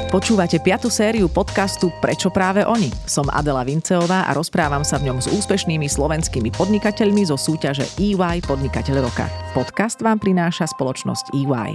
Počúvate 5. sériu podcastu Prečo práve oni? Som Adela Vinceová a rozprávam sa v ňom s úspešnými slovenskými podnikateľmi zo súťaže EY Podnikateľ roka. Podcast vám prináša spoločnosť EY.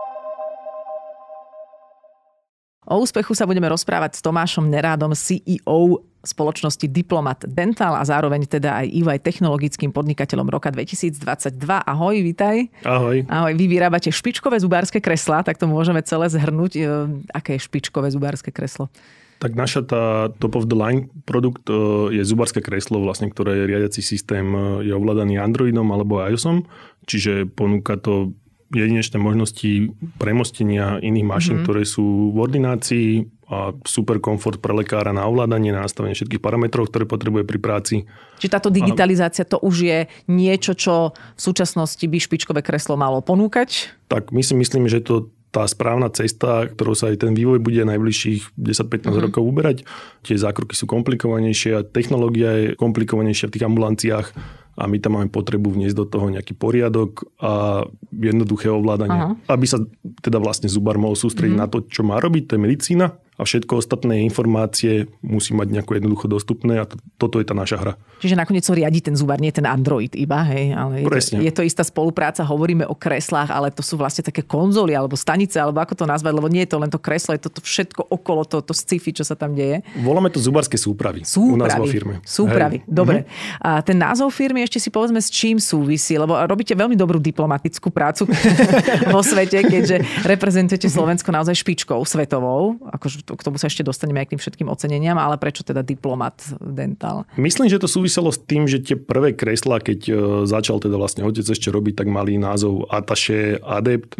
O úspechu sa budeme rozprávať s Tomášom Nerádom, CEO spoločnosti Diplomat Dental a zároveň teda aj EY technologickým podnikateľom roka 2022. Ahoj, vítaj. Ahoj. Ahoj, vy vyrábate špičkové zubárske kreslá, tak to môžeme celé zhrnúť. Aké je špičkové zubárske kreslo? Tak naša tá top of the line produkt je zubárske kreslo, vlastne, ktoré riadiaci systém je ovládaný Androidom alebo iOSom, čiže ponúka to jedinečné možnosti premostenia iných mašín, ktoré sú v ordinácii a super komfort pre lekára na ovládanie, na nastavenie všetkých parametrov, ktoré potrebuje pri práci. Čiže táto digitalizácia to už je niečo, čo v súčasnosti by špičkové kreslo malo ponúkať? Tak my si myslíme, že to tá správna cesta, ktorou sa aj ten vývoj bude najbližších 10-15 rokov uberať. Tie zákroky sú komplikovanejšie a technológia je komplikovanejšia v tých ambulanciách a my tam máme potrebu vniesť do toho nejaký poriadok a jednoduché ovládanie. Aby sa teda vlastne zubár mohol sústrediť na to, čo má robiť, to je medicína. A všetko ostatné informácie musí mať nejako jednoducho dostupné a toto je tá naša hra. Čiže nakoniec to riadi ten zubár, nie ten Android iba, hej? Ale je to istá spolupráca, hovoríme o kreslách, ale to sú vlastne také konzoly alebo stanice, alebo ako to nazvať, lebo nie je to len to kreslo, je to všetko okolo, to sci-fi, čo sa tam deje. Voláme to zubárske súpravy. U nás vo firme. Súpravy, dobre. A ten názov firmy ešte si povedzme, s čím súvisí, lebo robíte veľmi dobrú diplomatickú prácu vo svete, keďže reprezentujete Slovensko naozaj špičkou svetovou, akože k tomu sa ešte dostaneme aj k tým všetkým oceneniam, ale prečo teda Diplomat Dental? Myslím, že to súviselo s tým, že tie prvé kreslá, keď začal teda vlastne otec ešte robiť, tak mali názov Attaché, Adept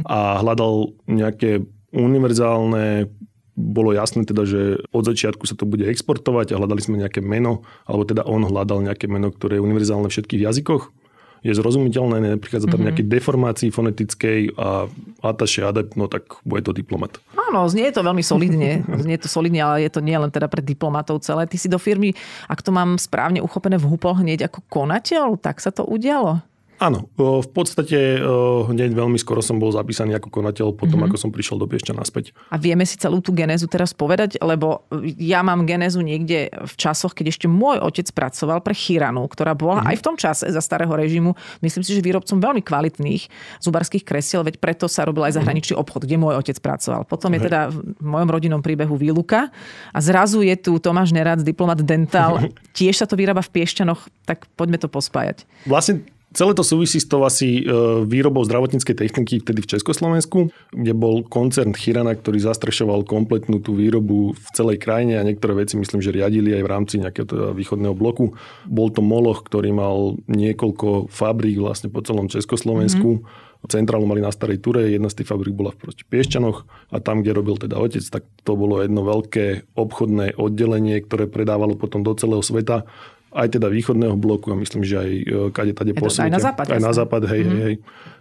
a hľadal nejaké univerzálne, bolo jasné teda, že od začiatku sa to bude exportovať a hľadali sme nejaké meno, alebo teda on hľadal nejaké meno, ktoré je univerzálne v všetkých jazykoch. Je zrozumiteľné, neprichádza tam nejaké deformácii fonetickej a Attaché, Adept, no tak bude to Diplomat. Áno, znie to veľmi solidne. Ale je to nie len teda pre diplomatov celé. Ty si do firmy, ak to mám správne uchopené, vhúpol hneď ako konateľ, tak sa to udialo? Áno, v podstate hneď veľmi skoro som bol zapísaný ako konateľ potom, ako som prišiel do Piešťan naspäť. A vieme si celú tú genézu teraz povedať, lebo ja mám genézu niekde v časoch, keď ešte môj otec pracoval pre Chiranu, ktorá bola aj v tom čase za starého režimu, myslím si, že výrobcom veľmi kvalitných zubárskych kresiel, veď preto sa robil aj zahraničný obchod, kde môj otec pracoval. Potom je teda v mojom rodinnom príbehu výluka a zrazu je tu Tomáš Nerád, Diplomat Dental. Tiež sa to vyrába v Piešťanoch, tak poďme to pospájať. Vlastne celé to súvisí s tou asi výrobou zdravotníckej techniky vtedy v Československu, kde bol koncern Chirana, ktorý zastrešoval kompletnú tú výrobu v celej krajine a niektoré veci myslím, že riadili aj v rámci nejakého teda východného bloku. Bol to moloch, ktorý mal niekoľko fabrík vlastne po celom Československu. Centrálu mali na Starej Ture, jedna z tých fabrík bola v Piešťanoch a tam, kde robil teda otec, tak to bolo jedno veľké obchodné oddelenie, ktoré predávalo potom do celého sveta. Aj teda východného bloku a myslím, že aj kade-tade po svete. Aj na západ, hej.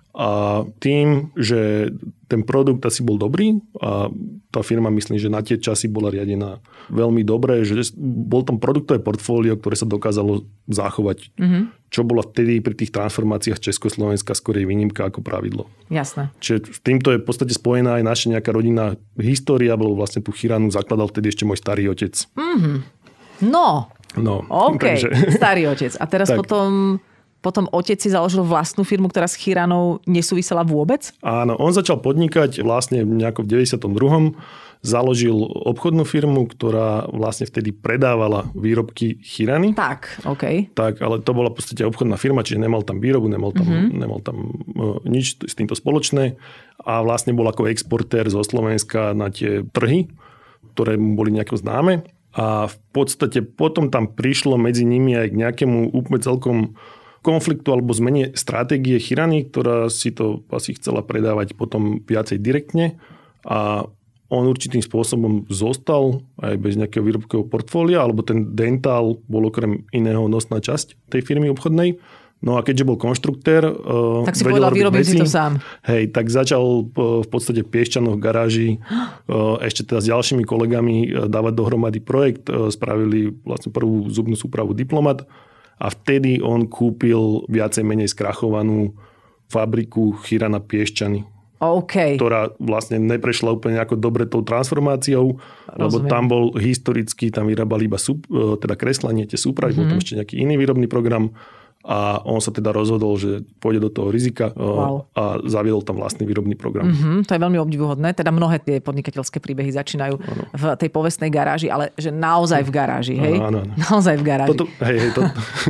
A tým, že ten produkt asi bol dobrý a tá firma myslím, že na tie časy bola riadená veľmi dobre, že bol tam produktové portfólio, ktoré sa dokázalo zachovať. Čo bolo vtedy pri tých transformáciách Československa skorej výnimka ako pravidlo. Jasné. Čiže s týmto je v podstate spojená aj naša nejaká rodinná história, lebo vlastne tú Chiranu zakladal vtedy ešte môj starý otec. No, OK, takže starý otec. A teraz potom otec si založil vlastnú firmu, ktorá s Chiranou nesúvisela vôbec? Áno, on začal podnikať vlastne nejako v 92. Založil obchodnú firmu, ktorá vlastne vtedy predávala výrobky Chirany. Tak, OK. Tak, ale to bola v podstate obchodná firma, čiže nemal tam výrobu, nemal tam nič s týmto spoločné. A vlastne bol ako exportér zo Slovenska na tie trhy, ktoré mu boli nejako známe. A v podstate potom tam prišlo medzi nimi aj k nejakému úplne celkom konfliktu alebo zmene stratégie Chirany, ktorá si to asi chcela predávať potom viacej direktne. A on určitým spôsobom zostal aj bez nejakého výrobkového portfólia, alebo ten Dental bol okrem iného nosná časť tej firmy obchodnej. No a keďže bol konštruktér, tak si povedal, vyrobím si to sám. Hej, tak začal v podstate v Piešťanoch v garáži ešte teda s ďalšími kolegami dávať dohromady projekt. Spravili vlastne prvú zubnú súpravu Diplomat a vtedy on kúpil viacej menej skrachovanú fabriku Chirana Piešťany. OK. ktorá vlastne neprešla úplne ako dobre tou transformáciou, lebo tam bol historicky, tam vyrábali iba teda kreslenie, tie súpravy, bol tam ešte nejaký iný výrobný program a on sa teda rozhodol, že pôjde do toho rizika a zaviedol tam vlastný výrobný program. To je veľmi obdivuhodné. Teda mnohé tie podnikateľské príbehy začínajú v tej povestnej garáži, ale že naozaj v garáži, hej? Áno. Naozaj v garáži. Toto.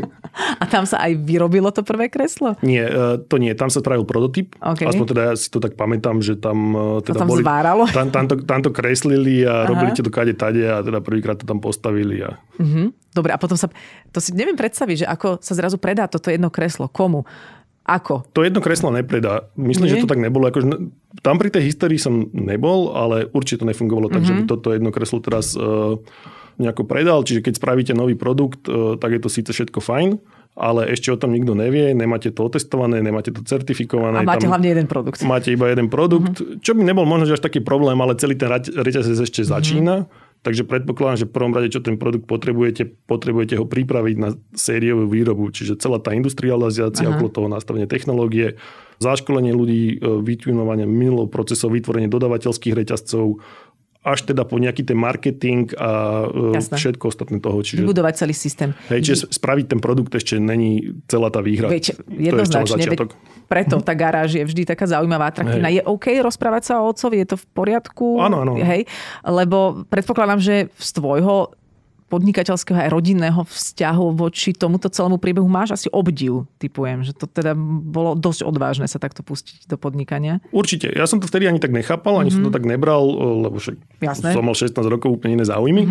A tam sa aj vyrobilo to prvé kreslo? Nie, to nie. Tam sa spravil prototyp. Okay. Aspoň teda ja si to tak pamätám, že tam teda tam boli... zváralo? Tam to kreslili a robili to kade tade a teda prvýkrát to tam postavili. Dobre, a potom to si neviem predstaviť, že ako sa zrazu predá toto jedno kreslo. Komu? Ako? To jedno kreslo nepredá. Myslím, že to tak nebolo. Akože, tam pri tej histórii som nebol, ale určite to nefungovalo tak, že by toto jedno kreslo teraz nejako predal. Čiže keď spravíte nový produkt, tak je to síce všetko fajn, ale ešte o tom nikto nevie, nemáte to otestované, nemáte to certifikované. A máte hlavne jeden produkt. Máte iba jeden produkt, čo by nebol možno až taký problém, ale celý ten reťazec ešte začína. Takže predpokladám, že v prvom rade, čo ten produkt potrebujete ho pripraviť na sériovú výrobu. Čiže celá tá industrializácia okolo toho, nastavenie technológie, zaškolenie ľudí, vytunovanie minulého procesov, vytvorenie dodavateľských reťazcov, až teda po nejaký ten marketing a všetko ostatné toho. Čiže vybudovať celý systém. Čiže spraviť ten produkt ešte není celá tá výhra. Jednoznačne. Preto tá garáž je vždy taká zaujímavá, atraktívna. Je OK rozprávať sa o otcovi? Je to v poriadku? Áno. Hej? Lebo predpokladám, že z tvojho podnikateľského aj rodinného vzťahu voči tomuto celému príbehu máš asi obdiv, typujem, že to teda bolo dosť odvážne sa takto pustiť do podnikania. Určite. Ja som to vtedy ani tak nechápal, ani som to tak nebral, lebo však som mal 16 rokov úplne iné záujmy.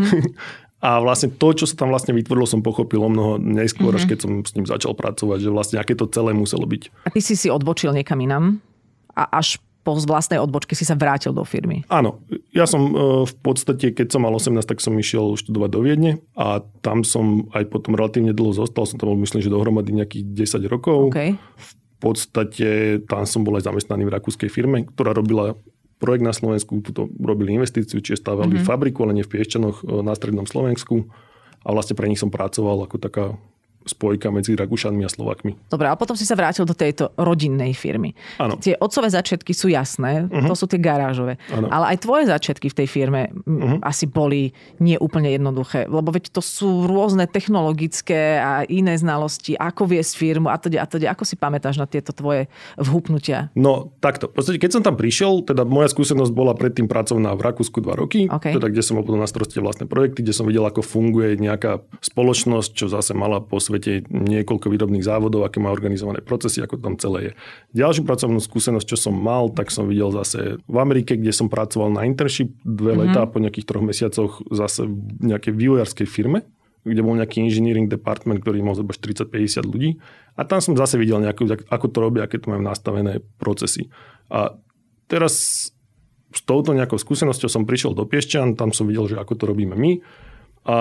A vlastne to, čo sa tam vlastne vytvorilo, som pochopil o mnoho neskôr, až keď som s ním začal pracovať, že vlastne aké to celé muselo byť. A ty si odbočil niekam inam a až po vlastnej odbočke si sa vrátil do firmy. Áno. Ja som v podstate, keď som mal 18, tak som išiel študovať do Viedne a tam som aj potom relatívne dlho zostal. Som tam bol, myslím, že dohromady nejakých 10 rokov. Okay. V podstate tam som bol aj zamestnaný v rakúskej firme, ktorá robila projekt na Slovensku. Tuto robili investíciu, čiže stavali fabriku, ale nie v Piešťanoch, na strednom Slovensku. A vlastne pre nich som pracoval ako taká spojka medzi Rakúšanmi a Slovákmi. Dobre, a potom si sa vrátil do tejto rodinnej firmy. Áno. Tie otcové začiatky sú jasné, to sú tie garážové. Áno. Ale aj tvoje začiatky v tej firme asi boli nie úplne jednoduché, lebo veď to sú rôzne technologické a iné znalosti, ako viesť firmu a teda. Ako si pamätáš na tieto tvoje vhupnutia? No, takto. V podstate, keď som tam prišiel, teda moja skúsenosť bola predtým pracovná v Rakúsku 2 roky, teda kde som mal potom na starosti vlastné projekty, kde som videl, ako funguje nejaká spoločnosť, čo zase mala po niekoľko výrobných závodov, aké má organizované procesy, ako to tam celé je. Ďalšiu pracovnú skúsenosť, čo som mal, tak som videl zase v Amerike, kde som pracoval na internship 2 letá a po nejakých 3 mesiacoch zase v nejakej vývojárskej firme, kde bol nejaký engineering department, ktorý mal zhruba 40-50 ľudí. A tam som zase videl ako to robia, aké to majú nastavené procesy. A teraz s touto nejakou skúsenosťou som prišiel do Piešťan, tam som videl, že ako to robíme my. A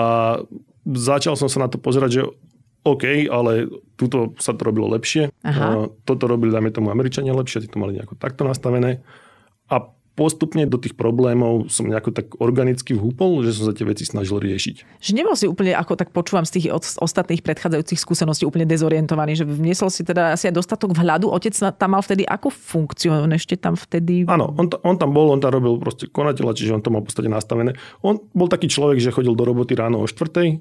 začal som sa na to pozerať, že OK, ale tuto sa to robilo lepšie. Toto robili, dajme tomu, Američania lepšie, tí to mali nejako takto nastavené. A postupne do tých problémov som nejako tak organicky vhúpol, že som sa tie veci snažil riešiť. Že nebol si úplne, ako tak počúvam z tých ostatných predchádzajúcich skúseností, úplne dezorientovaný, že vniesol si teda asi aj dostatok vhľadu. Otec tam mal vtedy akú funkciu? On ešte tam vtedy... Áno, on tam bol, on tam robil proste konateľa, čiže on to mal v podstate nastavené. On bol taký človek, že chodil do roboty ráno o 4:00,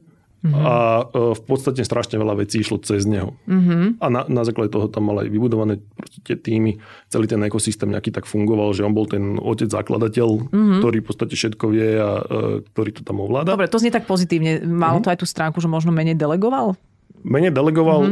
a v podstate strašne veľa vecí išlo cez neho. A na základe toho tam mal aj vybudované tie týmy, celý ten ekosystém nejaký tak fungoval, že on bol ten otec zakladateľ, ktorý v podstate všetko vie a ktorý to tam ovláda. Dobre, to znie tak pozitívne. Malo to aj tú stránku, že možno menej delegoval? Menej delegoval,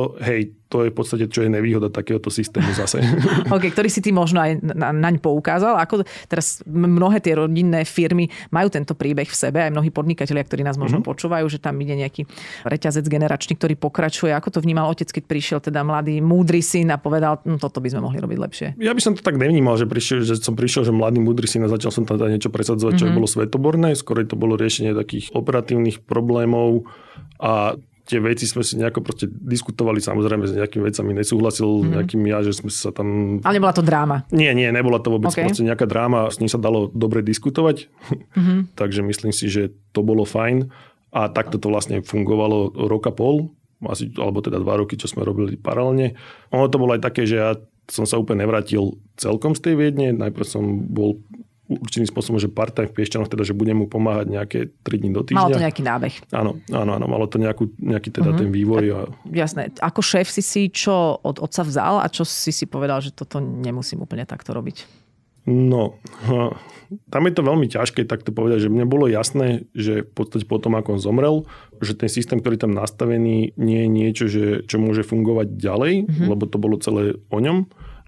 to je v podstate, čo je nevýhoda takéhoto systému zase. OK, ktorý si ty možno aj naň poukázal. Ako teraz mnohé tie rodinné firmy majú tento príbeh v sebe, aj mnohí podnikatelia, ktorí nás možno počúvajú, že tam ide nejaký reťazec generačný, ktorý pokračuje. Ako to vnímal otec, keď prišiel teda mladý, múdry syn a povedal, toto by sme mohli robiť lepšie? Ja by som to tak nevnímal, že som prišiel, že mladý, múdry syn a začal som tam niečo presadzovať, čo bolo svetoborné. Skôr to bolo riešenie takých operatívnych problémov a tie veci sme si nejako proste diskutovali, samozrejme s nejakými vecami nesúhlasil, nejakými že sme sa tam... Ale nebola to dráma? Nie, nebola to vôbec proste nejaká dráma, s ním sa dalo dobre diskutovať, takže myslím si, že to bolo fajn a takto to vlastne fungovalo rok a pol, alebo teda 2 roky, čo sme robili paralelne. Ono to bolo aj také, že ja som sa úplne nevrátil celkom z tej Viedne. Najprv som bol určitým spôsobom, že part-time v Piešťanoch, teda, že budem mu pomáhať nejaké 3 dní do týždňa. Malo to nejaký nábeh. Áno, malo to nejaký teda ten vývoj. A... Jasné. Ako šéf si čo od otca vzal a čo si povedal, že toto nemusím úplne takto robiť? No, tam je to veľmi ťažké takto povedať, že mne bolo jasné, že v podstate potom, ako on zomrel, že ten systém, ktorý tam nastavený, nie je niečo, čo môže fungovať ďalej, lebo to bolo celé o ňom.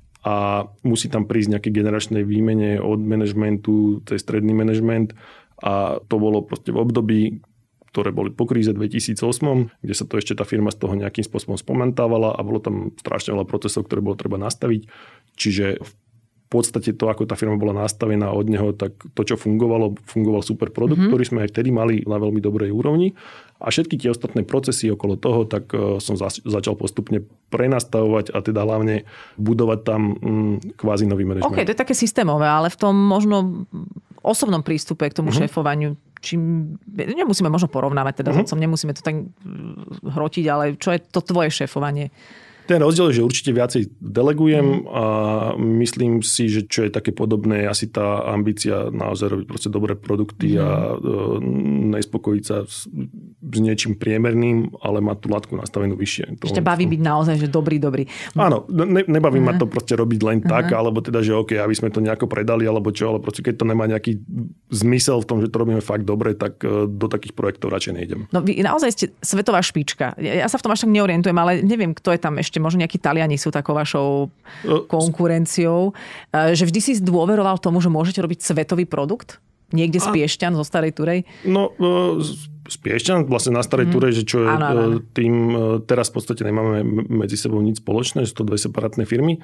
A musí tam prísť nejaké generačnej výmene od manažmentu cez stredný manažment a to bolo proste v období, ktoré boli po kríze 2008, kde sa to ešte tá firma z toho nejakým spôsobom spomentávala a bolo tam strašne veľa procesov, ktoré bolo treba nastaviť. Čiže v podstate to, ako tá firma bola nastavená od neho, tak to, čo fungoval super produkt, ktorý sme aj vtedy mali na veľmi dobrej úrovni. A všetky tie ostatné procesy okolo toho, tak som začal postupne prenastavovať a teda hlavne budovať tam kvázi nový manažment. OK, to je také systémové, ale v tom možno osobnom prístupe k tomu šéfovaniu, čím nemusíme možno porovnávať teda s otcom, nemusíme to tak hrotiť, ale čo je to tvoje šéfovanie? Ten rozdiel je, že určite viacej delegujem a myslím si, že čo je také podobné, asi tá ambícia naozaj robiť proste dobré produkty a nespokojiť sa s niečím priemerným, ale mať tú latku nastavenú vyššie. Ešte baví byť naozaj, že dobrý. Áno, nebaví ma to proste robiť len tak, alebo teda, že OK, aby sme to nejako predali, alebo čo, ale proste keď to nemá nejaký zmysel v tom, že to robíme fakt dobre, tak do takých projektov radšej nejdem. No vy naozaj ste svetová špička. Ja sa v tom až tak neorientujem, ale neviem, kto je tam ešte, možno nejakí Taliani sú takou vašou konkurenciou. Že vždy si zdôveroval tomu, že môžete robiť svetový produkt? Niekde z Piešťan, zo Starej Turej? No, z Piešťan, vlastne na Starej Turej, že čo je tým, teraz v podstate nemáme medzi sebou nič spoločné, že sú to dve separátne firmy.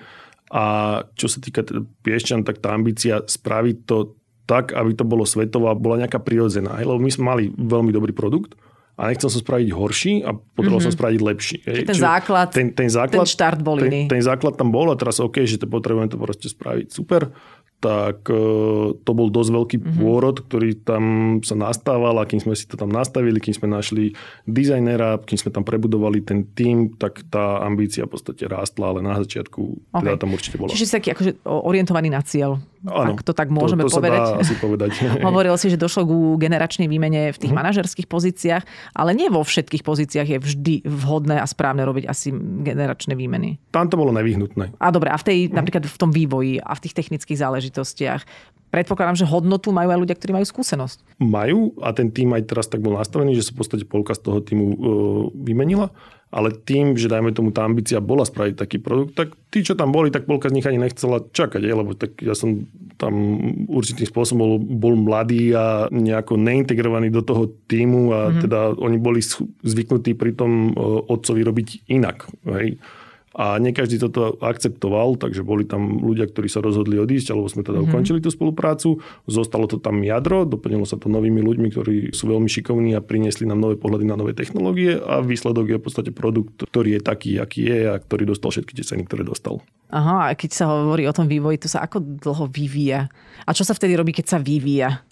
A čo sa týka Piešťan, tak tá ambícia spraviť to tak, aby to bolo svetová, bola nejaká prirodzená. Lebo my sme mali veľmi dobrý produkt, a nechcel som spraviť horší a potreboval som spraviť lepší. Ten základ, ten štart bol iný. Ten základ tam bol a teraz OK, že to potrebujeme to proste spraviť super. Tak to bol dosť veľký pôrod, ktorý tam sa nastával a kým sme si to tam nastavili, kým sme našli dizajnera, kým sme tam prebudovali ten tím, tak tá ambícia v podstate rástla, ale na začiatku teda tam určite bola. Čiže si taký akože orientovaný na cieľ. Áno, ak to tak môžeme to povedať. Sa dá asi povedať. Hovoril si, že došlo ku generačnej výmene v tých manažerských pozíciách, ale nie vo všetkých pozíciách je vždy vhodné a správne robiť asi generačné výmeny. Tam to bolo nevyhnutné. A dobre, a v tej, napríklad v tom vývoji a v tých technických záležitostiach predpokladám, že hodnotu majú aj ľudia, ktorí majú skúsenosť. Majú a ten tým aj teraz tak bol nastavený, že sa v podstate polka z toho týmu vymenila. Ale tým, že dajme tomu tá ambícia bola spraviť taký produkt, tak tí, čo tam boli, tak polka z nich ani nechcela čakať, lebo tak ja som tam určitým spôsobom bol mladý a nejako neintegrovaný do toho týmu a teda oni boli zvyknutí pri tom otcovi robiť inak. Hej. A nie každý toto akceptoval, takže boli tam ľudia, ktorí sa rozhodli odísť, alebo sme teda ukončili tú spoluprácu. Zostalo to tam jadro, doplnilo sa to novými ľuďmi, ktorí sú veľmi šikovní a priniesli nám nové pohľady na nové technológie a výsledok je v podstate produkt, ktorý je taký, aký je a ktorý dostal všetky tie ceny, ktoré dostal. Aha, a keď sa hovorí o tom vývoji, to sa ako dlho vyvíja? A čo sa vtedy robí, keď sa vyvíja?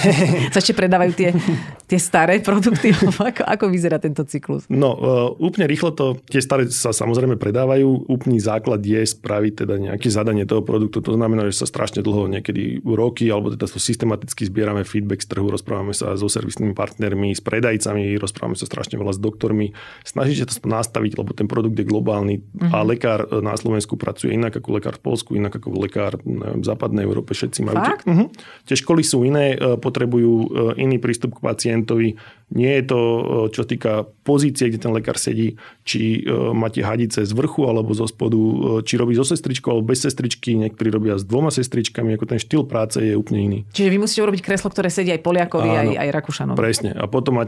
Sa ešte predávajú tie staré produkty? Ako vyzerá tento cyklus? No, úplne rýchlo tie staré sa samozrejme predávajú. Úplný základ je spraviť teda nejaké zadanie toho produktu. To znamená, že sa strašne dlho, niekedy roky, alebo teda systematicky zbierame feedback z trhu, rozprávame sa so servisnými partnermi, s predajcami, rozprávame sa strašne veľa s doktormi. Snažíte sa to nastaviť, lebo ten produkt je globálny a lekár na Slovensku pracuje inak ako lekár v Poľsku, inak ako lekár v západnej Európe. Všetci majú tie školy sú iné, potrebujú iný prístup k pacientovi. Nie je to, čo týka pozície, kde ten lekár sedí, či máte hadice z vrchu alebo zo spodu, či robí so sestričkou alebo bez sestričky. Niektorí robia s 2 sestričkami, ako ten štýl práce je úplne iný. Čiže vy musíte urobiť kreslo, ktoré sedí aj Poliakovi, aj Rakúšanovi. Presne. A potom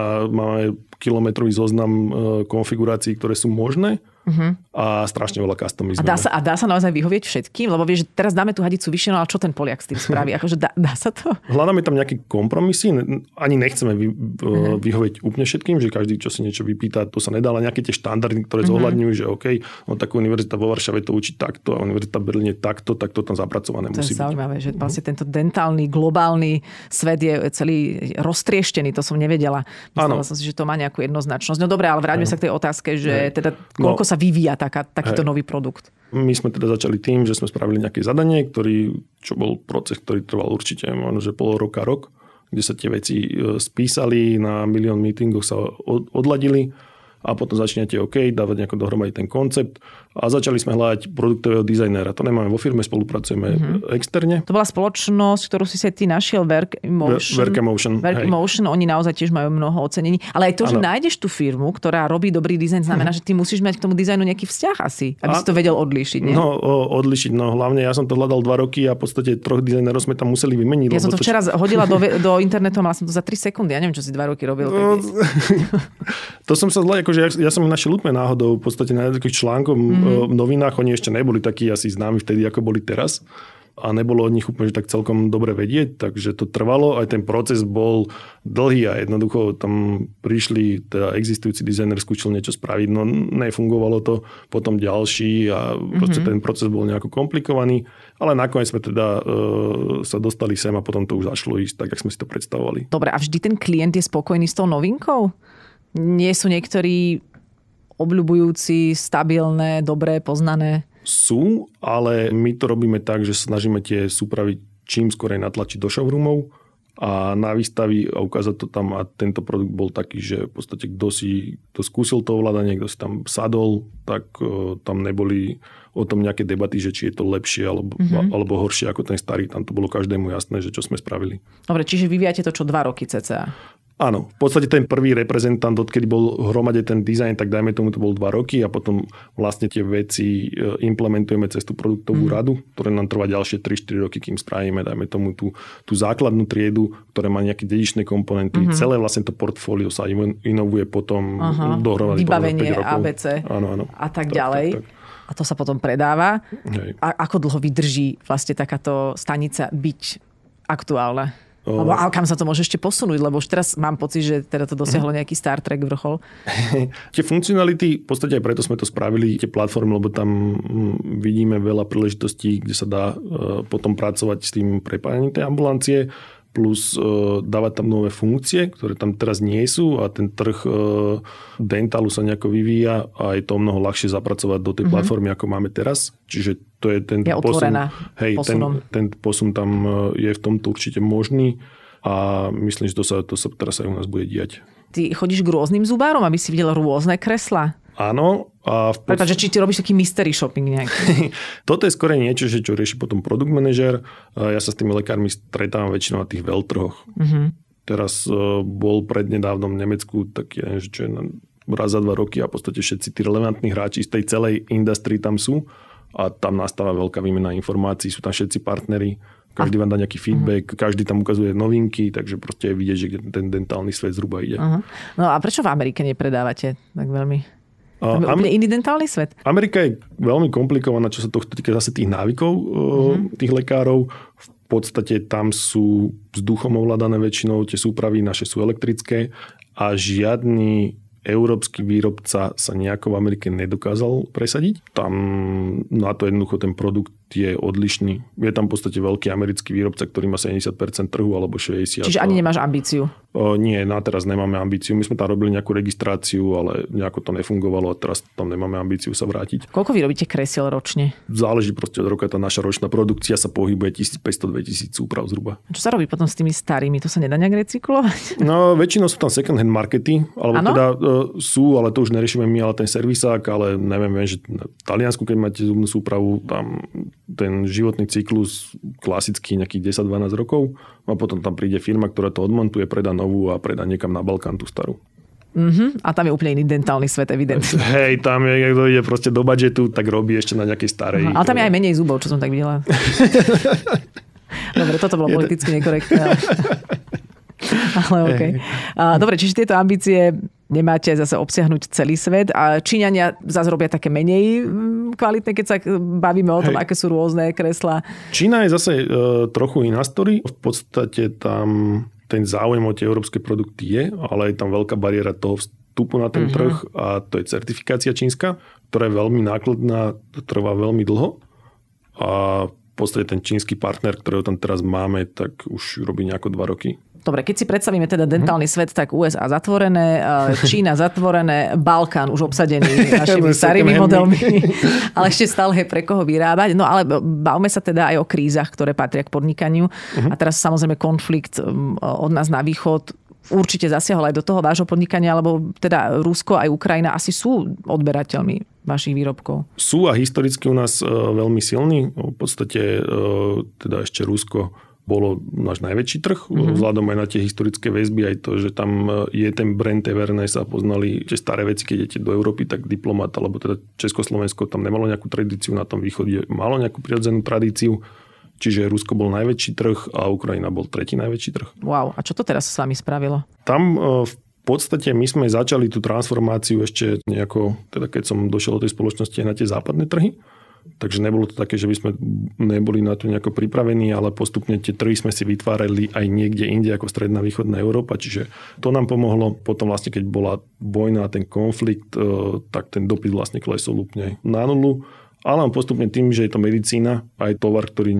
máme kilometrový zoznam konfigurácií, ktoré sú možné. A strašne veľa customizmu. A dá sa naozaj vyhovieť všetkým? Lebo vieš, že teraz dáme tú hadicu vyššie, no ale čo ten Poliak s tým spraví? Akože dá sa to? Hľadáme tam nejaké kompromisy. Ani nechceme vyhovieť úplne všetkým, že každý, čo si niečo vypýta, to sa nedá, ale nejaké tie štandardy, ktoré zohľadňujú, že OK, no takú univerzita vo Varšave to učí takto a univerzita v Berlíne takto, tak to tam zapracované musí byť. To je zaujímavé, že vlastne tento dentálny, globálny svet je celý roztrieštený, to som nevedela. Myslela som si, že to má nejakú jednoznačnosť. No dobre, ale vráťme sa k tej otázke, že teda koľko sa sa vyvíja takýto nový produkt? My sme teda začali tým, že sme spravili nejaké zadanie, čo bol proces, ktorý trval určite možno, že pol roka, rok, kde sa tie veci spísali, na milión meetingoch sa odladili a potom začínate dávať nejako dohromady ten koncept a začali sme hľadať produktového dizajnera. To nemáme vo firme, spolupracujeme externe. To bola spoločnosť, ktorú si ty našiel, Workamotion. Workamotion, oni naozaj tiež majú mnoho ocenení. Ale aj to, že nájdeš tú firmu, ktorá robí dobrý dizajn, znamená, že ty musíš mať k tomu dizajnu nejaký vzťah asi, aby si to vedel odlíšiť. Nie? Odlíšiť. Hlavne ja som to hľadal 2 roky a v podstate 3 dizajnerov sme tam museli vymeniť. Ja som to včera hodila do internetu a mala som to za 3 sekundy. Ja neviem, čo si 2 roky robil. To som sa ja som našiel úplne náhodou v podstate na takých článkoch v novinách, oni ešte neboli takí asi známi vtedy, ako boli teraz. A nebolo od nich úplne tak celkom dobre vedieť, takže to trvalo. Aj ten proces bol dlhý a jednoducho tam prišli, teda existujúci dizajner skúšal niečo spraviť, no nefungovalo to, potom ďalší a proste ten proces bol nejako komplikovaný, ale nakoniec sme teda sa dostali sem a potom to už zašlo ísť tak, jak sme si to predstavovali. Dobre, a vždy ten klient je spokojný s tou novinkou? Nie sú niektorí obľubujúci, stabilné, dobré, poznané? Sú, ale my to robíme tak, že snažíme tie súpravy čím skorej natlačiť do showroomov a na výstavy a ukázať to tam a tento produkt bol taký, že v podstate kto skúsil to ovládanie, kto si tam sadol, tak tam neboli o tom nejaké debaty, že či je to lepšie alebo horšie ako ten starý. Tam to bolo každému jasné, že čo sme spravili. Dobre, čiže vyvíjate to čo 2 roky cca? Áno, v podstate ten prvý reprezentant, odkedy bol hromade ten dizajn, tak dajme tomu to bol 2 roky a potom vlastne tie veci implementujeme cez tú produktovú radu, ktoré nám trvá ďalšie 3-4 roky, kým spravíme, dajme tomu tú základnú triedu, ktorá má nejaké dedičné komponenty. Celé vlastne to portfólio sa inovuje potom dohromady. Vybavenie ABC áno. A tak ďalej. Tak. A to sa potom predáva. Hej. A ako dlho vydrží vlastne takáto stanica byť aktuálna? Alebo kam sa to môže ešte posunúť? Lebo už teraz mám pocit, že teda to dosiahlo nejaký Star Trek vrchol. Tie funkcionality, v podstate aj preto sme to spravili, tie platformy, lebo tam vidíme veľa príležitostí, kde sa dá potom pracovať s tým prepájaním tej ambulancie, plus dávať tam nové funkcie, ktoré tam teraz nie sú a ten trh dentálu sa nejako vyvíja a je to mnoho ľahšie zapracovať do tej platformy, ako máme teraz. Čiže to je ten posun. Hej, ten posun tam je v tomto určite možný a myslím, že to sa teraz aj u nás bude diať. Ty chodíš k rôznym zubárom, aby si videl rôzne kreslá? Áno. Prepáč, či ty robíš taký mystery shopping nejaký? Toto je skôr niečo, čo rieši potom produkt manažer. Ja sa s tými lekármi stretávam väčšinou na tých veľtrhoch. Teraz bol prednedávnom v Nemecku taký, čo je raz za 2 roky a v podstate všetci tí relevantní hráči z tej celej industrii tam sú a tam nastáva veľká výmena informácií, sú tam všetci partneri. Každý vám dá nejaký feedback, každý tam ukazuje novinky, takže proste je vidieť, že ten dentálny svet zhruba ide. No a prečo v Amerike nepredávate tak veľmi? Úplne iný dentálny svet. Amerika je veľmi komplikovaná, čo sa tohto týka zase tých návykov tých lekárov. V podstate tam sú vzduchom ovládané väčšinou, tie súpravy naše sú elektrické a žiadny európsky výrobca sa nejako v Amerike nedokázal presadiť. Tam na to jednoducho ten produkt je odlišný. Je tam v podstate veľký americký výrobca, ktorý má 70% trhu alebo 60%. Čiže ani nemáš ambíciu? Nie, teraz nemáme ambíciu. My sme tam robili nejakú registráciu, ale nejako to nefungovalo a teraz tam nemáme ambíciu sa vrátiť. Koľko vyrobíte kresiel ročne? Záleží proste od roka. Tá naša ročná produkcia sa pohybuje 1500-2000 súprav zhruba. Čo sa robí potom s tými starými? To sa nedá nejak recyklovať? No, väčšinou sú tam second hand markety, alebo teda sú, ale to už neriešime my, ale ten servisák, ale neviem, že v Taliansku, keď máte zubnú súpravu, tam ten životný cyklus klasický nejakých 10-12 rokov a potom tam príde firma, ktorá to odmontuje, predá novú a predá niekam na Balkán tú starú. A tam je úplne iný dentálny svet, evidentne. Hej, tam je, kto ide proste do budžetu, tak robí ešte na nejakej starej. Ale tam je aj menej zubov, čo som tak videla. Dobre, toto bolo politicky nekorektné. Ale okej. Dobre, čiže tieto ambície nemáte zase obsiahnuť celý svet a Číňania zase robia také menej kvalitné, keď sa bavíme o tom, aké sú rôzne kreslá. Čína je zase trochu iná story. V podstate tam ten záujem o tie európske produkty je, ale je tam veľká bariéra toho vstupu na ten trh a to je certifikácia čínska, ktorá je veľmi nákladná, trvá veľmi dlho a v podstate ten čínsky partner, ktorého tam teraz máme, tak už robí nejako 2 roky. Dobre, keď si predstavíme teda dentálny svet, tak USA zatvorené, Čína zatvorené, Balkán už obsadený našimi starými modelmi, ale ešte stále je pre koho vyrábať. No ale bavme sa teda aj o krízach, ktoré patria k podnikaniu. A teraz samozrejme konflikt od nás na východ určite zasiahol aj do toho vášho podnikania, lebo teda Rusko aj Ukrajina asi sú odberateľmi vašich výrobkov. Sú a historicky u nás veľmi silní. V podstate teda ešte Rusko bolo náš najväčší trh, vzhľadom aj na tie historické väzby, aj to, že tam je ten brand Everness a poznali tie staré veci, keď idete do Európy, tak diplomat, alebo teda Československo tam nemalo nejakú tradíciu, na tom východe malo nejakú prirodzenú tradíciu. Čiže Rusko bol najväčší trh a Ukrajina bol tretí najväčší trh. Wow, a čo to teraz s vami spravilo? Tam v podstate my sme začali tú transformáciu ešte nejako, teda keď som došiel do tej spoločnosti na tie západné trhy. Takže nebolo to také, že by sme neboli na to nejako pripravení, ale postupne tie trhy sme si vytvárali aj niekde inde ako stredná východná Európa. Čiže to nám pomohlo. Potom vlastne, keď bola vojna a ten konflikt, tak ten dopyt vlastne klesol úplne na nulu. Ale postupne tým, že je to medicína, aj tovar, ktorý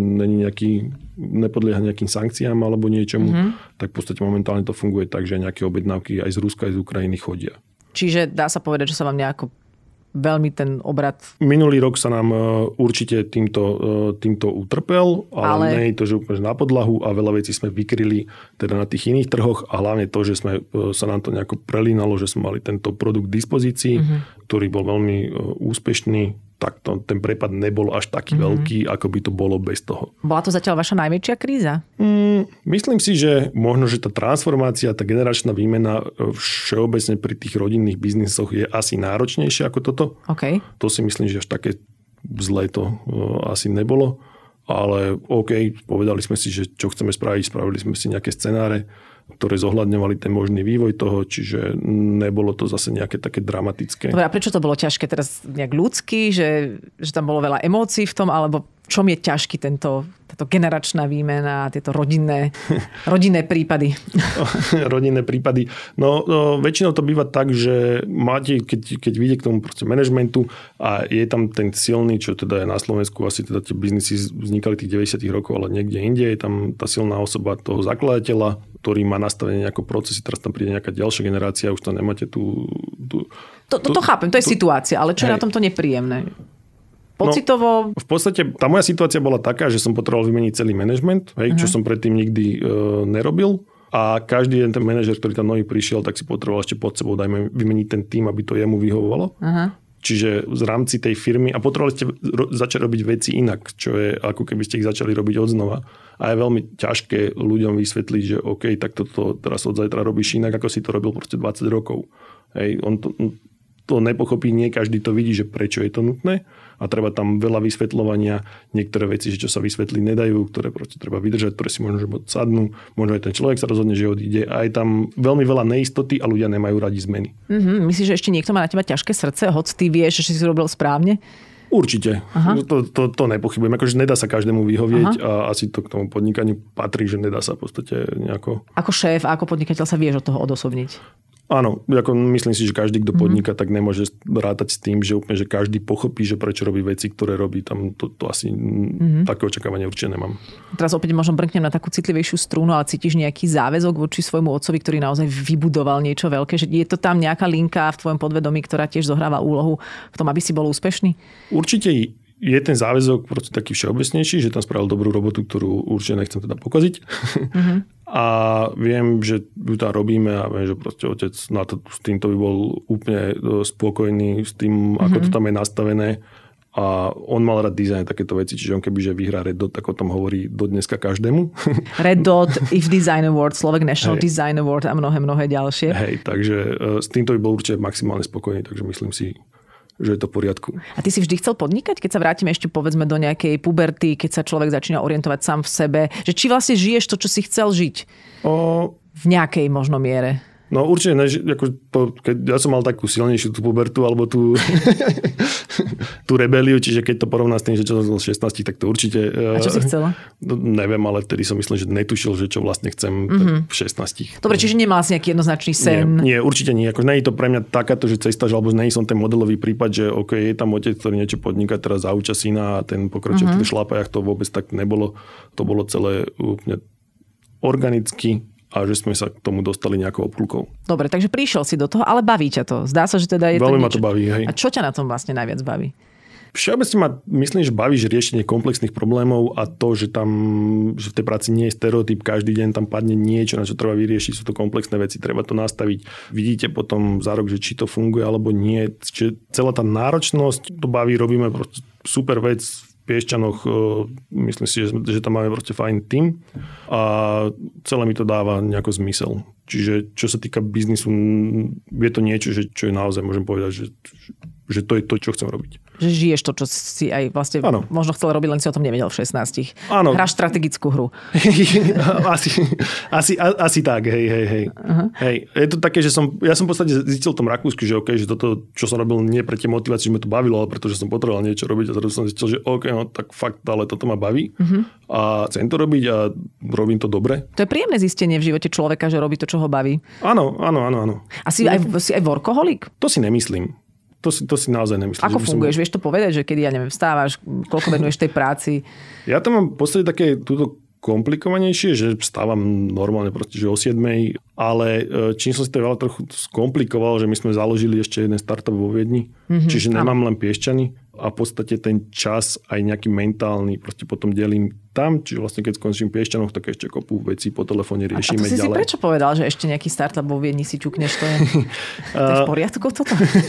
nepodlieha nejakým sankciám alebo niečomu, tak v podstate momentálne to funguje tak, že nejaké objednávky aj z Ruska, aj z Ukrajiny chodia. Čiže dá sa povedať, že sa vám nejako veľmi ten obrad... Minulý rok sa nám určite týmto utrpel, ale nie je to, že úplne na podlahu a veľa vecí sme vykryli teda na tých iných trhoch a hlavne to, že sa nám to nejako prelínalo, že sme mali tento produkt k dispozícii, ktorý bol veľmi úspešný. Tak ten prepad nebol až taký veľký, ako by to bolo bez toho. Bola to zatiaľ vaša najväčšia kríza? Myslím si, že možno, že tá transformácia, tá generačná výmena všeobecne pri tých rodinných biznisoch je asi náročnejšia ako toto. Okay. To si myslím, že až také zlé to asi nebolo. Ale OK, povedali sme si, že čo chceme spraviť, spravili sme si nejaké scenáre, ktoré zohľadňovali ten možný vývoj toho, čiže nebolo to zase nejaké také dramatické. Dobre, a prečo to bolo ťažké teraz nejak ľudský, že tam bolo veľa emócií v tom, alebo čom je ťažký táto generačná výmena, tieto rodinné prípady? Rodinné prípady. No, väčšinou to býva tak, že máte, keď vyjde k tomu proste manažmentu a je tam ten silný, čo teda je na Slovensku, asi teda tie biznisy vznikali tých 90 rokov, ale niekde inde je tam tá silná osoba toho zakladateľa, ktorý má nastavené nejaké procesy, teraz tam príde nejaká ďalšia generácia, už tam nemáte tú... To chápem, to je situácia, ale čo je na tomto nepríjemné? Pocitovo... No, v podstate tá moja situácia bola taká, že som potreboval vymeniť celý manažment, čo som predtým nikdy nerobil. A každý ten manažer, ktorý tam nový prišiel, tak si potreboval ešte pod sebou vymeniť ten tým, aby to jemu vyhovovalo. Čiže v rámci tej firmy a potrebovali ste začať robiť veci inak, čo je ako keby ste ich začali robiť odznova. A je veľmi ťažké ľuďom vysvetliť, že OK, tak toto teraz od zajtra robíš inak, ako si to robil proste 20 rokov. Hej, on to nepochopí, nie každý to vidí, že prečo je to nutné a treba tam veľa vysvetľovania, niektoré veci, že čo sa vysvetliť nedajú, ktoré proste treba vydržať, ktoré si možno že sadnú, možno aj ten človek sa rozhodne, že odíde a je tam veľmi veľa neistoty a ľudia nemajú radi zmeny. Myslíš, že ešte niekto má na teba ťažké srdce, hoď ty vieš, že si robil správne? Určite. To nepochybujem. Akože nedá sa každému vyhovieť a asi to k tomu podnikaniu patrí, že nedá sa v podstate nejako... Ako šéf a ako podnikateľ sa vieš od toho odosobniť? Áno, ako myslím si, že každý, kto podniká, tak nemôže rátať s tým, že úplne, že každý pochopí, že prečo robí veci, ktoré robí. Tam to asi také očakávanie určite nemám. Teraz opäť možno brnknem na takú citlivejšiu strúnu, ale cítiš nejaký záväzok voči svojmu otcovi, ktorý naozaj vybudoval niečo veľké? Že je to tam nejaká linka v tvojom podvedomí, ktorá tiež zohráva úlohu v tom, aby si bol úspešný? Určite je ten záväzok proste taký všeobecnejší, že tam spravil dobrú robotu, ktorú určite nechcem teda pokaziť. A viem, že ju tam robíme a viem, že proste otec s týmto by bol úplne spokojný s tým, ako to tam je nastavené. A on mal rád dizajn, takéto veci, čiže on kebyže vyhrá Red Dot, tak o tom hovorí do dneska každému. Red Dot, IF Design Award, Slovak National Design Award a mnohé ďalšie. Hej, takže s týmto by bol určite maximálne spokojný, takže myslím si, že je to v poriadku. A ty si vždy chcel podnikať? Keď sa vrátime ešte povedzme do nejakej puberty, keď sa človek začína orientovať sám v sebe, že či vlastne žiješ to, čo si chcel žiť? V nejakej možno miere. No určite, keď ja som mal takú silnejšiu tú pubertu alebo tú rebeliu, čiže keď to porovná s tým, že čo som 16, tak to určite... A čo si chcela? Neviem, ale vtedy som myslel, že netušil, že čo vlastne chcem v 16. Dobre, čiže nemal si nejaký jednoznačný sen? Nie, určite nie. Akože nie je to pre mňa takáto, že cesta, alebo nie som ten modelový prípad, že OK, je tam otec, ktorý niečo podniká, teraz zauča syna a ten pokročil v tých šlapajach, to vôbec tak nebolo. To bolo celé úplne organicky a že sme sa k tomu dostali nejakou obklukou. Dobre, takže prišiel si do toho, ale baví ťa to. Zdá sa, že teda je veľmi to ma to baví, hej. A čo ťa na tom vlastne najviac baví? Všeobecne ma, myslím, že baví, že riešenie komplexných problémov a to, že tam, že v tej práci nie je stereotyp, každý deň tam padne niečo, na čo treba vyriešiť, sú to komplexné veci, treba to nastaviť. Vidíte potom za rok, že či to funguje alebo nie. Čiže celá tá náročnosť, to baví, robíme super vec v Piešťanoch, myslím si, že tam máme proste fajn tím a celé mi to dáva nejako zmysel. Čiže čo sa týka biznisu, je to niečo, čo je naozaj, môžem povedať, že to je to, čo chcem robiť. Že žiješ to, čo si aj vlastne možno chcel robiť, len si o tom nevedel v 16. Áno. Hráš strategickú hru. asi tak, hej. Uh-huh. Hej. Je to také, že ja som v podstate zistil v tom Rakúsku, že OK, že toto, čo som robil, nie pre tie motivácie, že ma to bavilo, ale pretože som potreboval niečo robiť a zrazu som zistil, že OK, no tak fakt, ale toto ma baví a chcem to robiť a robím to dobre. To je príjemné zistenie v živote človeka, že robí to, čo ho baví. Áno. A si aj workoholik? To si nemyslím. To si naozaj nemyslím. Ako funguješ? Vieš to povedať, že kedy, ja neviem, vstávaš, koľko venuješ tej práci? Ja tam mám v podstate také túto komplikovanejšie, že vstávam normálne proste, že o 7, ale čím som si to veľa trochu skomplikoval, že my sme založili ešte jeden startup vo Viedni, čiže nemám len Piešťany a v podstate ten čas aj nejaký mentálny proste potom delím tam, čiže vlastne keď skončím Piešťanoch, tak ešte kopu vecí po telefóne riešime ďalej. A to si prečo povedal, že ešte nejaký startup vo Viedni si ťukneš? To je v poriadku toto?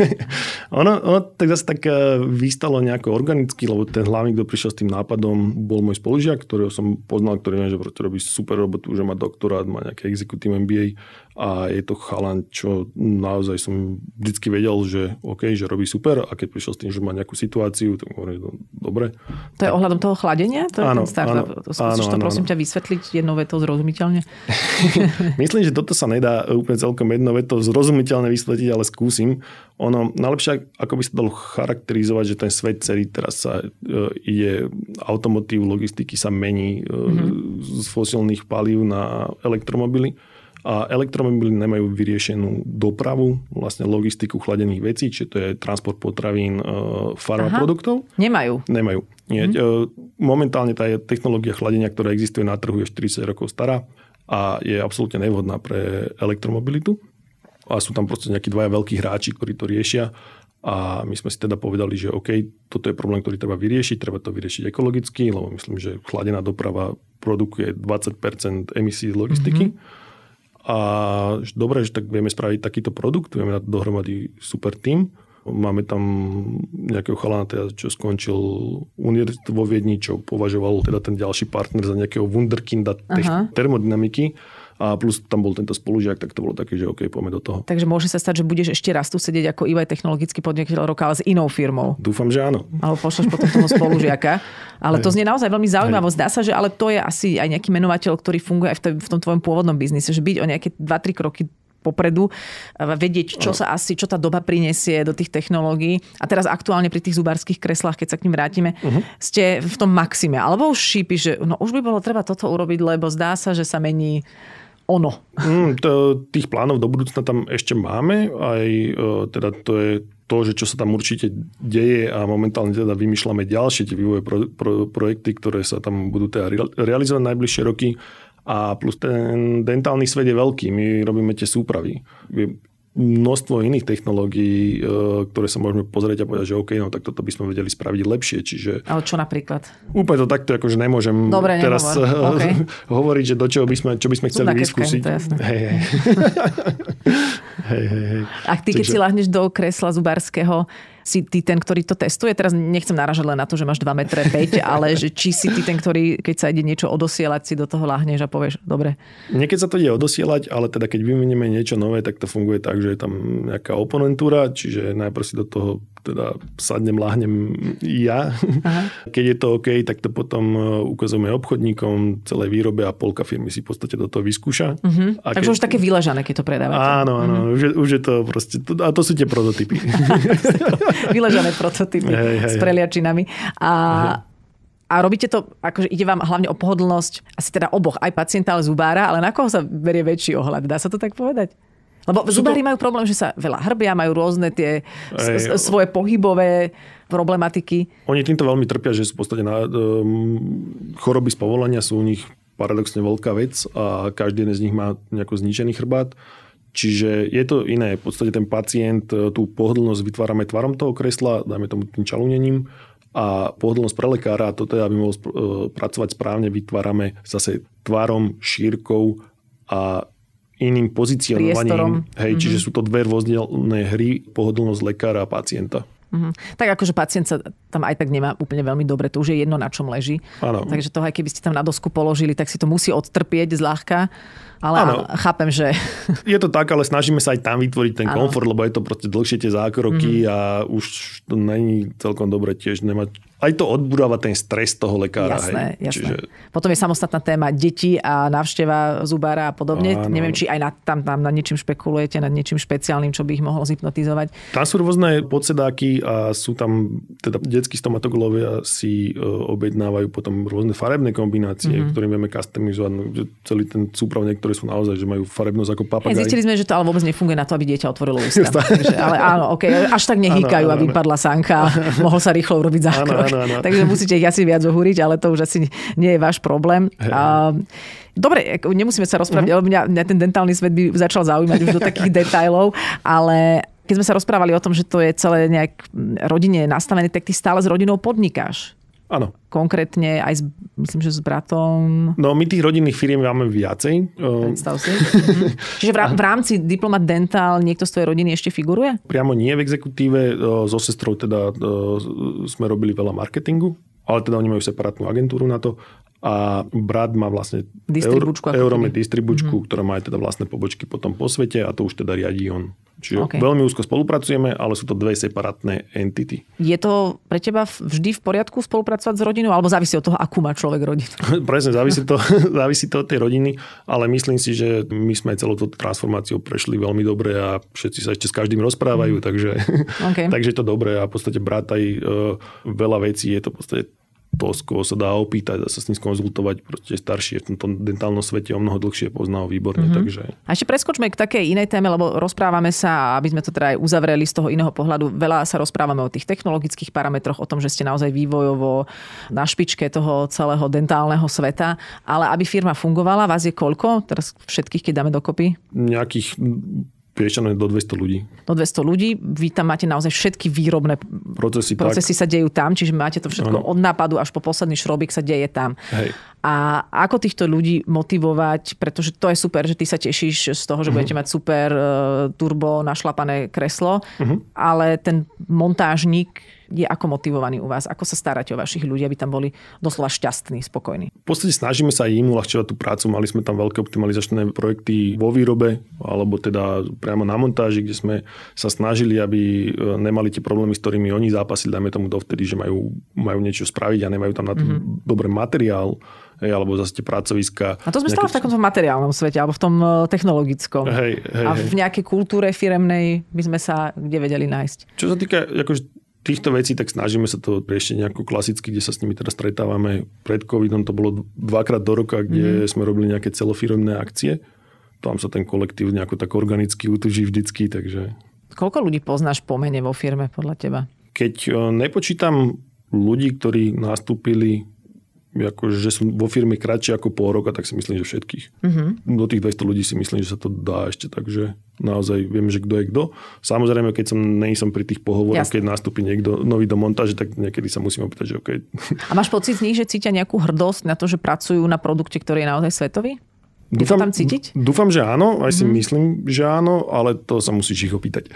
ono tak zase tak vystalo nejako organicky, lebo ten hlavný, kto prišiel s tým nápadom, bol môj spolužiak, ktorého som poznal, ktorý viem, že robí super robotu, že má doktorát, má nejaké executive MBA a je to chalan, čo naozaj som vždycky vedel, že OK, že robí super a keď prišiel s tým, že má nejakú situáciu, tak hovorím, dobre. To je ohľadom toho chladenia? To je ten startup? Skúsiš to prosím ťa vysvetliť jednou vetou zrozumiteľne? Myslím, že toto sa nedá úplne celkom jednou vetou zrozumiteľne vysvetliť, ale skúsim. Ono, najlepšie, ako by sa dalo charakterizovať, že ten svet celý teraz sa ide, automotív, logistiky sa mení z fosílnych palív na elektromobily. A elektromobily nemajú vyriešenú dopravu, vlastne logistiku chladených vecí, čiže to je transport potravín, farmaproduktov. Nemajú. Nie. Momentálne tá technológia chladenia, ktorá existuje na trhu, je 40 rokov stará a je absolútne nevhodná pre elektromobilitu. A sú tam proste nejakí dvaja veľkí hráči, ktorí to riešia. A my sme si teda povedali, že OK, toto je problém, ktorý treba vyriešiť. Treba to vyriešiť ekologicky, lebo myslím, že chladená doprava produkuje 20% emisí z logistiky. A dobre, že tak vieme spraviť takýto produkt, vieme dať dohromady super tím. Máme tam nejakého chalana, čo skončil univerzitu vo Viedni, čo považoval teda ten ďalší partner za nejakého wunderkinda termodynamiky. A plus tam bol tento spolužiak, tak to bolo také, že OK, poďme do toho. Takže môže sa stať, že budeš ešte raz tu sedieť ako EY technologický podnikateľ roka, ale s inou firmou. Dúfam, že áno. Alebo pošleš potom toho spolužiaka. Ale to znie naozaj veľmi zaujímavé. Zdá sa, že ale to je asi aj nejaký menovateľ, ktorý funguje aj v tom tvojom pôvodnom biznise, že byť o nejaké 2-3 kroky popredu, vedieť, čo tá doba prinesie do tých technológií. A teraz aktuálne pri tých zubárskych kreslách, keď sa k nim vrátime, ste v tom maxime. Alebo už šípi, že už by bolo treba toto urobiť, lebo zdá sa, že sa mení ono. Tých plánov do budúcna tam ešte máme. Aj teda to je to, že čo sa tam určite deje a momentálne teda vymýšľame ďalšie tie vývoje projekty, ktoré sa tam budú teda realizovať najbližšie roky. A plus ten dentálny svet je veľký. My robíme tie súpravy. Je množstvo iných technológií, ktoré sa môžeme pozrieť a povedať, že OK, no tak toto by sme vedeli spraviť lepšie. Čiže ale čo napríklad? Úplne to takto, akože nemôžem teraz hovoriť, že do čoho čo by sme chceli vyskúsiť. Hej. Ak ty, keď si láhneš do kresla zubárskeho, si ty ten, ktorý to testuje? Teraz nechcem naražať len na to, že máš 2,5 m, ale že či si ty ten, ktorý, keď sa ide niečo odosielať, si do toho láhneš a povieš, dobre. Niekedy sa to ide odosielať, ale teda keď vymenieme niečo nové, tak to funguje tak, že je tam nejaká oponentúra, čiže najprv si do toho teda sadnem, láhnem ja. Aha. Keď je to OK, tak to potom ukazujeme obchodníkom, celej výrobe a polka firmy si v podstate do toho vyskúša. Takže už také vyležané, keď to predávate. Áno, už je to proste, a to sú tie prototypy. Vyležané prototypy s preliačinami. A robíte to, akože ide vám hlavne o pohodlnosť, asi teda oboch, aj pacienta, ale zubára, ale na koho sa berie väčší ohľad? Dá sa to tak povedať? Lebo zubári majú problém, že sa veľa hrbia, majú rôzne tie svoje pohybové problematiky. Oni týmto veľmi trpia, že sú v podstate choroby z povolania sú u nich paradoxne veľká vec a každý jeden z nich má nejako zničený chrbát. Čiže je to iné. V podstate ten pacient, tú pohodlnosť vytvárame tvarom toho kresla, dajme tomu tým čalúnením, a pohodlnosť pre lekára, a toto je, aby mohol pracovať správne, vytvárame zase tvarom, šírkou a iným pozicionovaním. Hej, čiže sú to dve rozdielne hry, pohodlnosť lekára a pacienta. Tak akože pacient sa tam aj tak nemá úplne veľmi dobre, to už je jedno, na čom leží. Áno. Takže toho, aj keby ste tam na dosku položili, tak si to musí odtrpieť zľahka. Ale chápem, že... Je to tak, ale snažíme sa aj tam vytvoriť ten komfort, lebo je to proste dlhšie tie zákroky a už to není celkom dobre tiež nemať. Aj to odburáva ten stres toho lekára. Jasné. Čiže... Potom je samostatná téma deti a návšteva zubára a podobne. Neviem, či aj tam nad niečím špekulujete, nad niečím špeciálnym, čo by ich mohlo zhypnotizovať. Tam sú rôzne podsedáky a sú tam, teda detskí stomatológovia si objednávajú potom rôzne farebné kombinácie, ktorým vieme customizovať. Celý ten súprav, ktoré sú naozaj, že majú farebnosť ako papagaj. Zistili sme, že to ale vôbec nefunguje na to, aby dieťa otvorilo ústa. Takže, ale áno, až tak nehýkajú, aby padla sanka a mohol sa rýchlo urobiť zákrok. Takže musíte ich asi viac ohúriť, ale to už asi nie je váš problém. Dobre, nemusíme sa rozprávať, lebo mňa ten dentálny svet by začal zaujímať už do takých detailov, ale keď sme sa rozprávali o tom, že to je celé nejak rodine nastavené, tak ty stále s rodinou podnikáš. Áno. Konkrétne aj myslím, že s bratom. No my tých rodinných firiem máme viacej. Predstav si. Čiže v rámci Diplomat Dental niekto z tvojej rodiny ešte figuruje? Priamo nie v exekutíve. So sestrou teda sme robili veľa marketingu, ale teda oni majú separátnu agentúru na to. A brat má vlastne Euromed distribučku, ktorá má aj teda vlastné pobočky potom po svete a to už teda riadí on. Čiže veľmi úzko spolupracujeme, ale sú to dve separátne entity. Je to pre teba vždy v poriadku spolupracovať s rodinou, alebo závisí od toho, akú má človek rodinu? Presne, závisí to od tej rodiny, ale myslím si, že my sme celou touto transformáciou prešli veľmi dobre a všetci sa ešte s každým rozprávajú, takže je to dobré a v podstate brat aj veľa vecí je to v podstate to, z koho sa dá opýtať a sa s ním skonzultovať. Proste staršie v tomto dentálnom svete o mnoho dlhšie poznal výborne. Takže... A ešte preskočme k takej inej téme, lebo rozprávame sa, aby sme to teda aj uzavreli z toho iného pohľadu. Veľa sa rozprávame o tých technologických parametroch, o tom, že ste naozaj vývojovo na špičke toho celého dentálneho sveta. Ale aby firma fungovala, vás je koľko? Teraz všetkých, keď dáme dokopy? Nejakých... Priečané do 200 ľudí. Do 200 ľudí. Vy tam máte naozaj všetky výrobné procesy sa dejú tam, čiže máte to všetko od nápadu až po posledný šrobík sa deje tam. Hej. A ako týchto ľudí motivovať, pretože to je super, že ty sa tešíš z toho, že budete mať super turbo našlapané kreslo, ale ten montážnik je ako motivovaný u vás? Ako sa staráte o vašich ľudí, aby tam boli doslova šťastní, spokojní? V podstate snažíme sa aj im uľahčovať tú prácu. Mali sme tam veľké optimalizačné projekty vo výrobe, alebo teda priamo na montáži, kde sme sa snažili, aby nemali tie problémy, s ktorými oni zápasili, dajme tomu dovtedy, že majú niečo spraviť a nemajú tam na to dobrý materiál. Alebo zase tie pracoviska. A to sme stále v takomto materiálnom svete, alebo v tom technologickom. A v nejakej kultúre firemnej by sme sa kde vedeli nájsť. Čo sa týka akože týchto vecí, tak snažíme sa to riešiť nejako klasicky, kde sa s nimi teraz stretávame. Pred covidom to bolo 2-krát do roka, kde sme robili nejaké celofiremné akcie. Tam sa ten kolektív nejako tak organicky utuží vždycky, takže... Koľko ľudí poznáš po mene vo firme podľa teba? Keď nepočítam ľudí, ktorí nastúpili akože, že sú vo firme kratšie ako pol roka, tak si myslím, že všetkých. Do tých 200 ľudí si myslím, že sa to dá ešte, takže naozaj viem, že kto je kto. Samozrejme, keď som pri tých pohovoroch, keď nastúpi niekto nový do montáže, tak niekedy sa musím opýtať, že okej. A máš pocit z nich, že cítia nejakú hrdosť na to, že pracujú na produkte, ktorý je naozaj svetový? Je to tam cítiť? Dúfam, že áno. Aj si myslím, že áno, ale to sa musíš ich opýtať.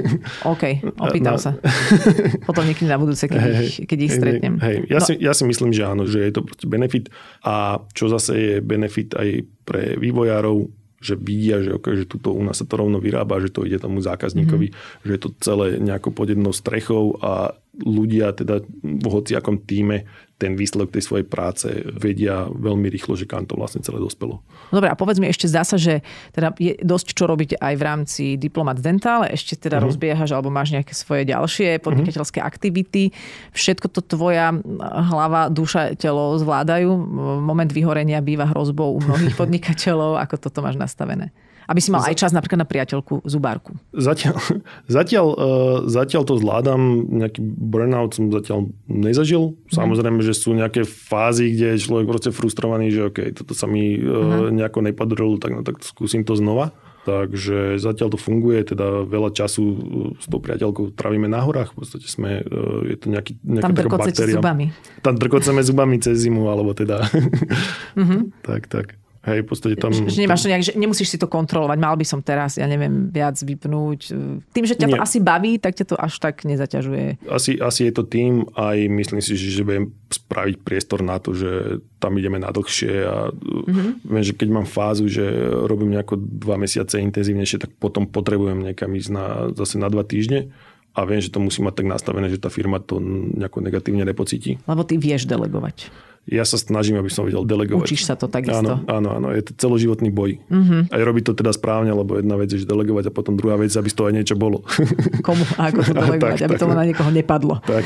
OK, opýtam sa. Potom niekedy na budúce, keď ich stretnem. Ja si myslím, že áno, že je to proste benefit. A čo zase je benefit aj pre vývojárov, že vidia, že tuto u nás sa to rovno vyrába, že to ide tomu zákazníkovi, že je to celé nejako pod jednou strechou a ľudia teda v hociakom týme ten výsledok tej svojej práce vedia veľmi rýchlo, že kam to vlastne celé dospelo. Dobre, a povedz mi, ešte zdá sa, že teda je dosť čo robiť aj v rámci Diplomat Dental, ešte teda rozbiehaš alebo máš nejaké svoje ďalšie podnikateľské aktivity. Všetko to tvoja hlava, duša, telo zvládajú. Moment vyhorenia býva hrozbou u mnohých podnikateľov. Ako toto máš nastavené? Aby si mal aj čas napríklad na priateľku zubárku. Zatiaľ to zvládam, nejaký burnout som zatiaľ nezažil. Samozrejme, že sú nejaké fázy, kde je človek proste frustrovaný, že okej, toto sa mi nejako nepodarilo, tak skúsim to znova. Takže zatiaľ to funguje, teda veľa času s tou priateľkou trávime na horách. V podstate je to nejaká tam taká baktéria. Zubami. Tam drkoceme zubami cez zimu, alebo teda... Tak. Hej, v podstate tam... Že nemáš to nejak, že nemusíš si to kontrolovať. Mal by som teraz, ja neviem, viac vypnúť. Tým, že ťa to asi baví, tak ťa to až tak nezaťažuje. Asi je to tým, aj myslím si, že viem spraviť priestor na to, že tam ideme na dlhšie a viem, že keď mám fázu, že robím nejako 2 mesiace intenzívnejšie, tak potom potrebujem niekam ísť zase na 2 týždne. A viem, že to musí mať tak nastavené, že tá firma to nejako negatívne nepocíti. Lebo ty vieš delegovať. Ja sa snažím, aby som vedel delegovať. Učíš sa to takisto. Áno. Je to celoživotný boj. Aj robiť to teda správne, lebo jedna vec je, že delegovať a potom druhá vec, aby z toho aj niečo bolo. Komu a ako to delegovať, aby to na niekoho nepadlo. Tak.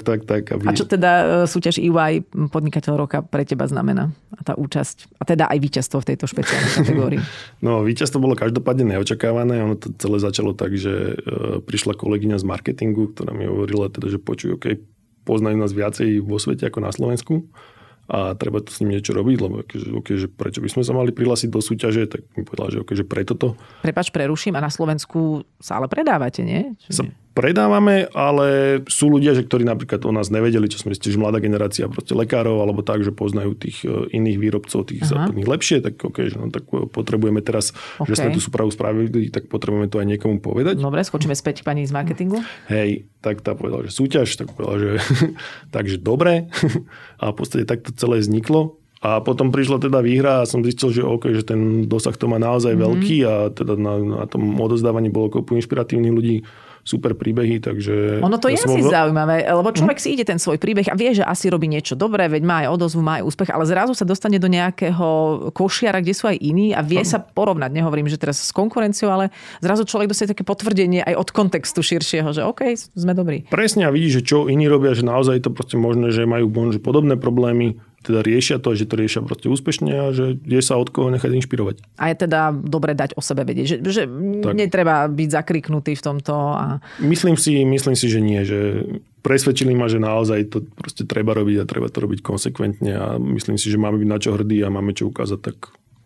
A čo teda súťaž EY Podnikateľ roka pre teba znamená? A tá účasť? A teda aj víťazstvo v tejto špeciálnej kategórii? No, víťazstvo bolo každopádne neočakávané. Ono to celé začalo tak, že prišla kolegyňa z marketingu, ktorá mi hovorila teda, že počuj, poznajú nás viacej vo svete ako na Slovensku. A treba to s ním niečo robiť, lebo že prečo by sme sa mali prihlásiť do súťaže, tak mi povedala, že preto to. Prepáč, preruším, a na Slovensku sa ale predávate, nie? Sa predávame, ale sú ľudia, ktorí napríklad o nás nevedeli, čo sme tiež mladá generácia proste lekárov, alebo tak, že poznajú tých iných výrobcov, tých západných lepšie, tak tak potrebujeme teraz, že sme tú súpravu spravili, tak potrebujeme to aj niekomu povedať. Dobre, skočíme späť k pani z marketingu. Hej, tak tá povedala, že súťaž, tak povedala, že takže dobre. A v podstate tak to celé vzniklo. A potom prišla teda výhra a som zistil, že ten dosah to má naozaj veľký a teda na tom odozdávaní bolo kopu inšpiratívnych ľudí, super príbehy, takže... Ono to je asi zaujímavé, lebo človek si ide ten svoj príbeh a vie, že asi robí niečo dobré, veď má aj odozvu, má aj úspech, ale zrazu sa dostane do nejakého košiara, kde sú aj iní a vie sa porovnať. Nehovorím, že teraz s konkurenciou, ale zrazu človek dostane také potvrdenie aj od kontextu širšieho, že OK, sme dobrí. Presne, a vidí, že čo iní robia, že naozaj je to proste možné, že majú možno podobné problémy, teda riešia to, že to riešia proste úspešne a že je sa od koho nechať inšpirovať. A je teda dobre dať o sebe vedieť, že netreba byť zakriknutý v tomto. Myslím si, že nie, že presvedčili ma, že naozaj to proste treba robiť a treba to robiť konsekventne a myslím si, že máme byť na čo hrdí a máme čo ukázať tak.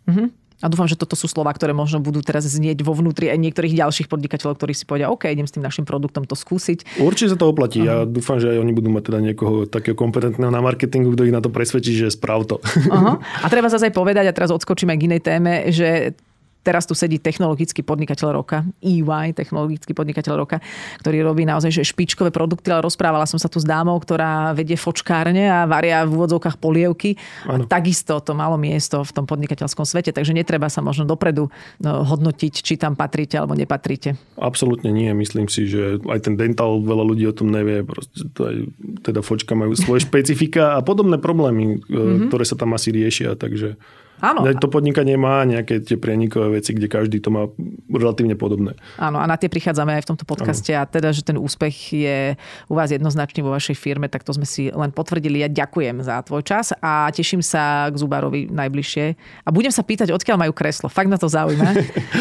A dúfam, že toto sú slová, ktoré možno budú teraz znieť vo vnútri aj niektorých ďalších podnikateľov, ktorí si povedia, OK, idem s tým našim produktom to skúsiť. Určite sa to oplatí. Ja dúfam, že aj oni budú mať teda niekoho takého kompetentného na marketingu, kto ich na to presvedčí, že správ to. A treba zase aj povedať, a teraz odskočíme k inej téme, že teraz tu sedí technologický podnikateľ roka, EY, technologický podnikateľ roka, ktorý robí naozaj že špičkové produkty, ale rozprávala som sa tu s dámou, ktorá vedie fočkárne a varia v úvodzovkách polievky. A takisto to malo miesto v tom podnikateľskom svete, takže netreba sa možno dopredu hodnotiť, či tam patríte alebo nepatríte. Absolútne nie. Myslím si, že aj ten dental, veľa ľudí o tom nevie. Proste teda fočka majú svoje špecifika a podobné problémy, ktoré sa tam asi riešia, takže... Áno. To podnikanie má nejaké tie prienikové veci, kde každý to má relatívne podobné. Áno, a na tie prichádzame aj v tomto podcaste. A teda, že ten úspech je u vás jednoznačný vo vašej firme, tak to sme si len potvrdili. Ja ďakujem za tvoj čas a teším sa k zubárovi najbližšie. A budem sa pýtať, odkiaľ majú kreslo. Fakt ma to zaujíma.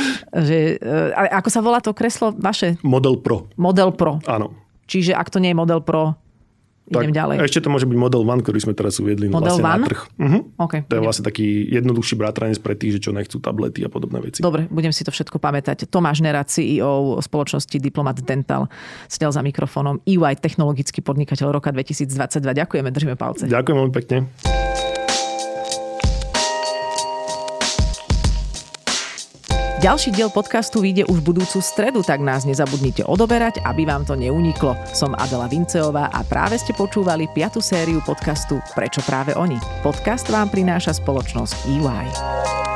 Ale ako sa volá to kreslo vaše? Model Pro. Model Pro. Áno. Čiže ak to nie je Model Pro, idem ďalej. Ešte to môže byť Model One, ktorý sme teraz uviedli Model vlastne One? na trh. Okay, to je vlastne taký jednoduchší bratranec pre tých, že čo nechcú tablety a podobné veci. Dobre, budem si to všetko pamätať. Tomáš Nerad, CEO spoločnosti Diplomat Dental, sedel za mikrofónom. EY, technologický podnikateľ roka 2022. Ďakujeme, držíme palce. Ďakujem veľmi pekne. Ďalší diel podcastu vyjde už budúcu stredu, tak nás nezabudnite odoberať, aby vám to neuniklo. Som Adela Vinceová a práve ste počúvali 5. sériu podcastu Prečo práve oni? Podcast vám prináša spoločnosť EY.